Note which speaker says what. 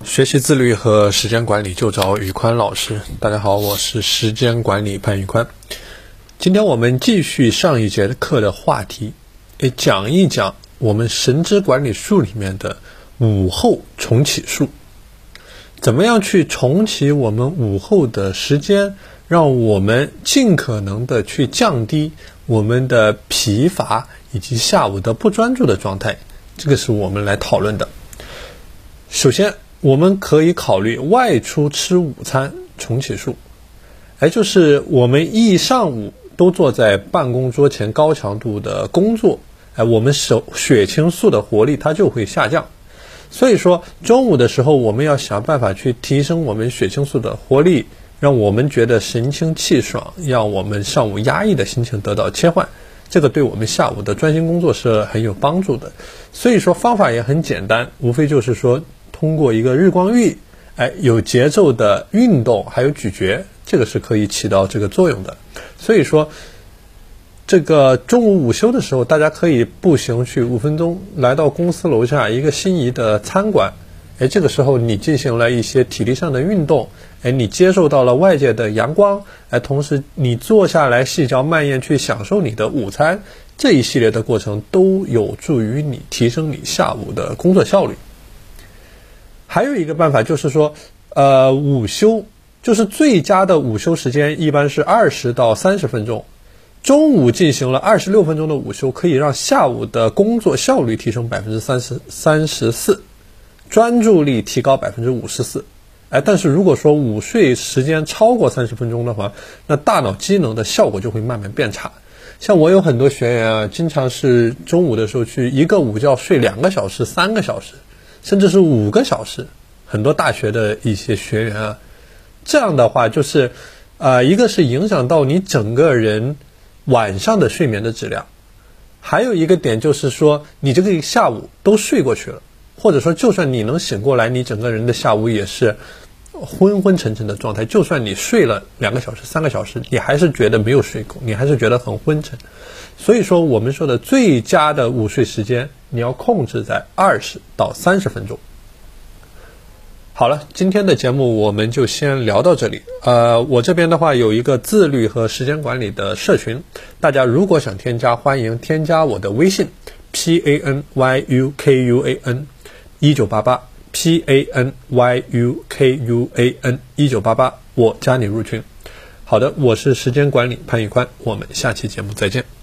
Speaker 1: 学习自律和时间管理就找宇宽老师。大家好，我是时间管理潘宇宽。今天我们继续上一节课的话题，讲一讲我们神之管理术里面的午后重启术。怎么样去重启我们午后的时间，让我们尽可能的去降低我们的疲乏以及下午的不专注的状态，这个是我们来讨论的。首先我们可以考虑外出吃午餐重启术，就是我们一上午都坐在办公桌前高强度的工作，我们血清素的活力它就会下降。所以说中午的时候我们要想办法去提升我们血清素的活力，让我们觉得神清气爽，让我们上午压抑的心情得到切换，这个对我们下午的专心工作是很有帮助的。所以说方法也很简单，无非就是说通过一个日光浴，有节奏的运动还有咀嚼，这个是可以起到这个作用的。所以说这个中午午休的时候，大家可以步行去5分钟，来到公司楼下一个心仪的餐馆，这个时候你进行了一些体力上的运动，你接受到了外界的阳光，同时你坐下来细嚼慢咽去享受你的午餐，这一系列的过程都有助于你提升你下午的工作效率。还有一个办法就是说午休，就是最佳的午休时间一般是20到30分钟，中午进行了26分钟的午休，可以让下午的工作效率提升34%，专注力提高54%。但是如果说午睡时间超过30分钟的话，那大脑机能的效果就会慢慢变差。像我有很多学员经常是中午的时候去一个午觉睡2个小时、3个小时，甚至是5个小时，很多大学的一些学员这样的话就是一个是影响到你整个人晚上的睡眠的质量，还有一个点就是说你这个下午都睡过去了，或者说就算你能醒过来，你整个人的下午也是昏昏沉沉的状态，就算你睡了2个小时、3个小时，你还是觉得没有睡够，你还是觉得很昏沉。所以说我们说的最佳的午睡时间，你要控制在20到30分钟。好了，今天的节目我们就先聊到这里。我这边的话有一个自律和时间管理的社群，大家如果想添加，欢迎添加我的微信 PANYUKUAN 1988 PANYUKUAN 1988，我加你入群。好的，我是时间管理潘宇宽，我们下期节目再见。